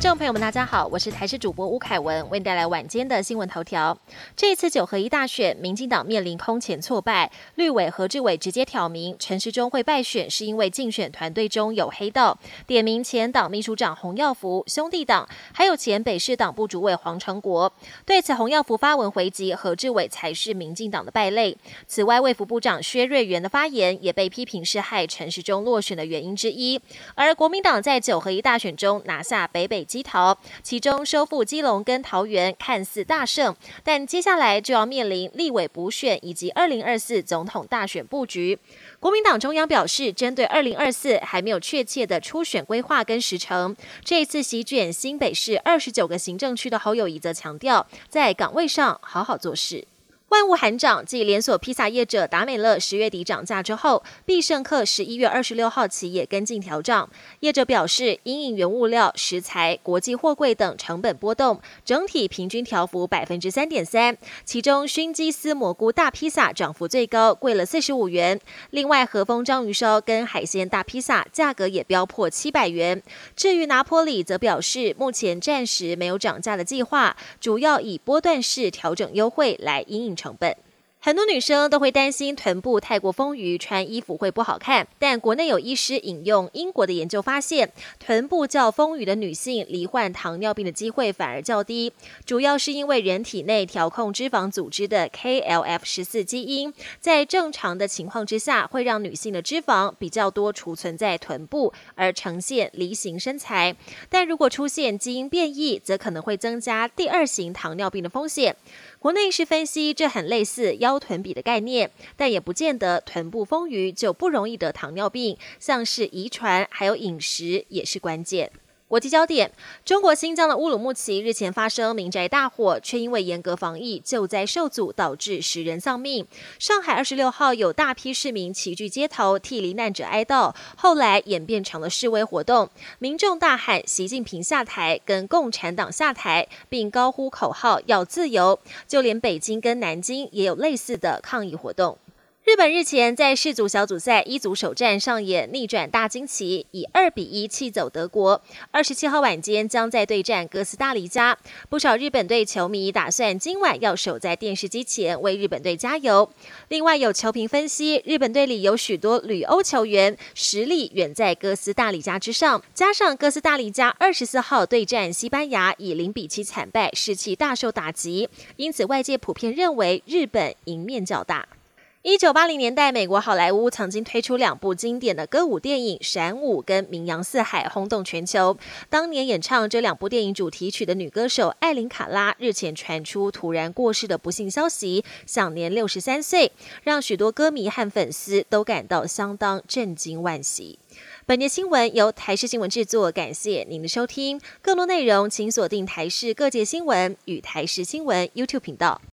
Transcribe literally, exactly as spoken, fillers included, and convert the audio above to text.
众朋友们，大家好，我是台视主播吴凯文，为您带来晚间的新闻头条。这一次九合一大选，民进党面临空前挫败，绿委何志伟直接挑明陈时中会败选，是因为竞选团队中有黑道，点名前党秘书长洪耀福、兄弟党，还有前北市党部主委黄成国。对此，洪耀福发文回击，何志伟才是民进党的败类。此外，卫福部长薛瑞元的发言也被批评是害陈时中落选的原因之一。而国民党在九合一大选中拿下北北基桃，其中收复基隆跟桃园看似大胜，但接下来就要面临立委补选以及二零二四总统大选布局。国民党中央表示，针对二零二四还没有确切的初选规划跟时程。这一次席卷新北市二十九个行政区的侯友宜则强调，在岗位上好好做事。万物喊涨，继连锁披萨业者达美乐十月底涨价之后，必胜客十一月二十六号起也跟进调涨。业者表示，因应原物料、食材、国际货柜等成本波动，整体平均调幅百分之三点三。其中熏鸡丝蘑菇大披萨涨幅最高，贵了四十五元。另外，和风章鱼烧跟海鲜大披萨价格也飙破七百元。至于拿坡里，则表示目前暂时没有涨价的计划，主要以波段式调整优惠来因应成本。很多女生都会担心臀部太过丰腴，穿衣服会不好看。但国内有医师引用英国的研究发现，臀部较丰腴的女性罹患糖尿病的机会反而较低，主要是因为人体内调控脂肪组织的 K L F 十四 基因，在正常的情况之下，会让女性的脂肪比较多储存在臀部，而呈现梨形身材。但如果出现基因变异，则可能会增加第二型糖尿病的风险。国内是分析，这很类似腰臀比的概念，但也不见得臀部丰腴就不容易得糖尿病，像是遗传还有饮食也是关键。国际焦点：中国新疆的乌鲁木齐日前发生民宅大火，却因为严格防疫，救灾受阻，导致十人丧命。上海二十六号有大批市民齐聚街头替罹难者哀悼，后来演变成了示威活动，民众大喊习近平下台跟共产党下台，并高呼口号要自由。就连北京跟南京也有类似的抗议活动。日本日前在世足小组赛一组首战上演逆转大惊奇，以二比一气走德国。二十七号晚间将在对战哥斯达黎加。不少日本队球迷打算今晚要守在电视机前为日本队加油。另外有球评分析，日本队里有许多旅欧球员，实力远在哥斯达黎加之上。加上哥斯达黎加二十四号对战西班牙以零比七惨败，士气大受打击，因此外界普遍认为日本赢面较大。一九八零年代，美国好莱坞曾经推出两部经典的歌舞电影《闪舞》跟《名扬四海》，轰动全球。当年演唱这两部电影主题曲的女歌手艾琳·卡拉日前传出突然过世的不幸消息，享年六十三岁，让许多歌迷和粉丝都感到相当震惊惋惜。本节新闻由台视新闻制作，感谢您的收听。更多内容请锁定台视各界新闻与台视新闻 YouTube 频道。